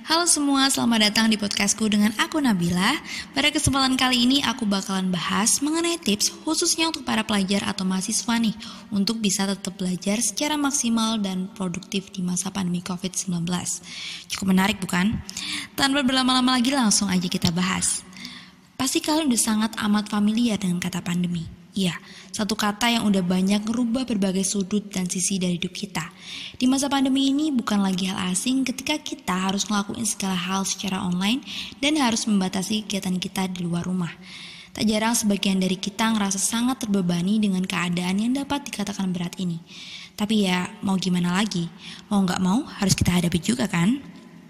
Halo semua, selamat datang di podcastku dengan aku Nabila. Pada kesempatan kali ini aku bakalan bahas mengenai tips khususnya untuk para pelajar atau mahasiswa nih untuk bisa tetap belajar secara maksimal dan produktif di masa pandemi COVID-19. Cukup menarik bukan? Tanpa berlama-lama lagi langsung aja kita bahas. Pasti kalian udah sangat amat familiar dengan kata pandemi. Iya, satu kata yang udah banyak ngerubah berbagai sudut dan sisi dari hidup kita. Di masa pandemi ini bukan lagi hal asing ketika kita harus ngelakuin segala hal secara online dan harus membatasi kegiatan kita di luar rumah. Tak jarang sebagian dari kita ngerasa sangat terbebani dengan keadaan yang dapat dikatakan berat ini. Tapi ya, mau gimana lagi? Mau gak mau harus kita hadapi juga kan?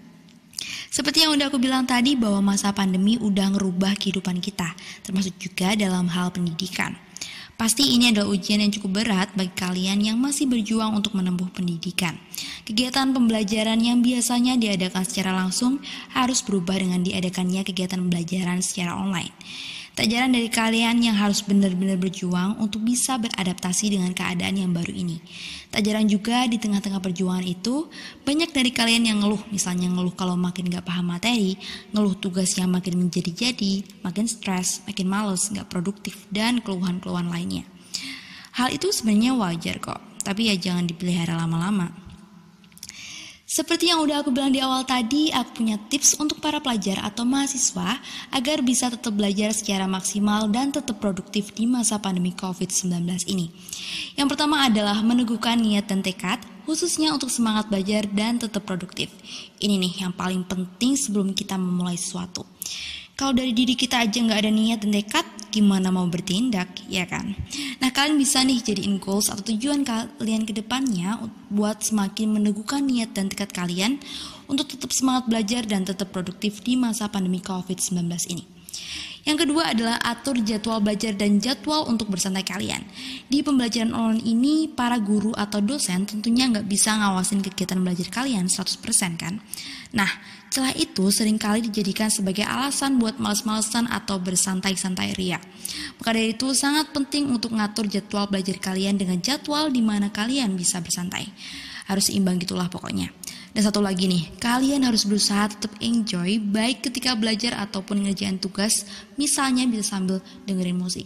Seperti yang udah aku bilang tadi bahwa masa pandemi udah ngerubah kehidupan kita, termasuk juga dalam hal pendidikan. Pasti ini adalah ujian yang cukup berat bagi kalian yang masih berjuang untuk menempuh pendidikan. Kegiatan pembelajaran yang biasanya diadakan secara langsung harus berubah dengan diadakannya kegiatan pembelajaran secara online. Tak jarang dari kalian yang harus benar-benar berjuang untuk bisa beradaptasi dengan keadaan yang baru ini. Tak jarang juga di tengah-tengah perjuangan itu, banyak dari kalian yang ngeluh, misalnya ngeluh kalau makin gak paham materi, ngeluh tugas yang makin menjadi-jadi, makin stres, makin males, gak produktif, dan keluhan-keluhan lainnya. Hal itu sebenarnya wajar kok, tapi ya jangan dipelihara lama-lama. Seperti yang udah aku bilang di awal tadi, aku punya tips untuk para pelajar atau mahasiswa agar bisa tetap belajar secara maksimal dan tetap produktif di masa pandemi COVID-19 ini. Yang pertama adalah meneguhkan niat dan tekad, khususnya untuk semangat belajar dan tetap produktif. Ini nih yang paling penting sebelum kita memulai sesuatu. Kalau dari diri kita aja nggak ada niat dan tekad, gimana mau bertindak, ya kan? Nah, kalian bisa nih jadiin goals atau tujuan kalian ke depannya buat semakin meneguhkan niat dan tekad kalian untuk tetap semangat belajar dan tetap produktif di masa pandemi COVID-19 ini. Yang kedua adalah atur jadwal belajar dan jadwal untuk bersantai kalian. Di pembelajaran online ini, para guru atau dosen tentunya nggak bisa ngawasin kegiatan belajar kalian 100% kan? Nah, celah itu seringkali dijadikan sebagai alasan buat males-malesan atau bersantai-santai ria. Maka dari itu sangat penting untuk ngatur jadwal belajar kalian dengan jadwal di mana kalian bisa bersantai. Harus seimbang gitulah pokoknya. Dan satu lagi nih, kalian harus berusaha tetap enjoy baik ketika belajar ataupun ngerjain tugas, misalnya bisa sambil dengerin musik.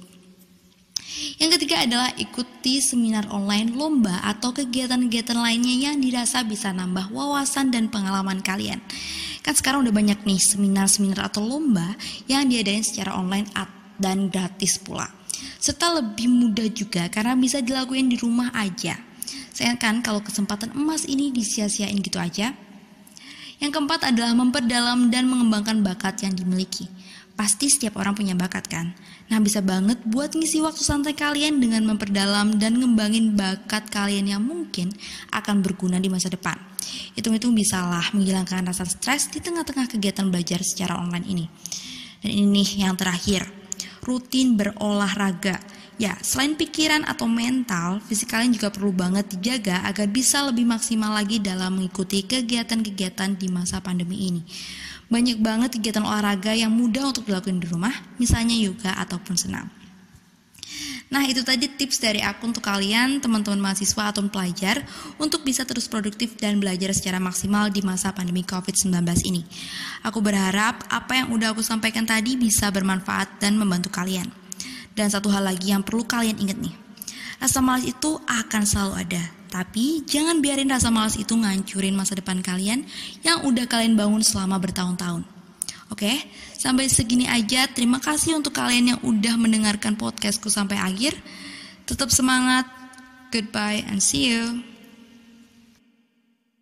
Yang ketiga adalah ikuti seminar online, lomba, atau kegiatan-kegiatan lainnya yang dirasa bisa nambah wawasan dan pengalaman kalian. Kan sekarang udah banyak nih seminar-seminar atau lomba yang diadain secara online dan gratis pula. Serta lebih mudah juga karena bisa dilakuin di rumah aja. Sayang kan kalau kesempatan emas ini disia-siain gitu aja. Yang keempat adalah memperdalam dan mengembangkan bakat yang dimiliki. Pasti setiap orang punya bakat kan? Nah, bisa banget buat ngisi waktu santai kalian dengan memperdalam dan ngembangin bakat kalian yang mungkin akan berguna di masa depan. Hitung-hitung bisalah menghilangkan rasa stres di tengah-tengah kegiatan belajar secara online ini. Dan ini nih yang terakhir, rutin berolahraga. Ya, selain pikiran atau mental, fisik kalian juga perlu banget dijaga agar bisa lebih maksimal lagi dalam mengikuti kegiatan-kegiatan di masa pandemi ini. Banyak banget kegiatan olahraga yang mudah untuk dilakukan di rumah, misalnya yoga ataupun senam. Nah, itu tadi tips dari aku untuk kalian, teman-teman mahasiswa atau pelajar, untuk bisa terus produktif dan belajar secara maksimal di masa pandemi COVID-19 ini. Aku berharap apa yang udah aku sampaikan tadi bisa bermanfaat dan membantu kalian. Dan satu hal lagi yang perlu kalian ingat nih, rasa malas itu akan selalu ada. Tapi jangan biarin rasa malas itu ngancurin masa depan kalian yang udah kalian bangun selama bertahun-tahun. Oke, sampai segini aja. Terima kasih untuk kalian yang udah mendengarkan podcastku sampai akhir. Tetap semangat. Goodbye and see you.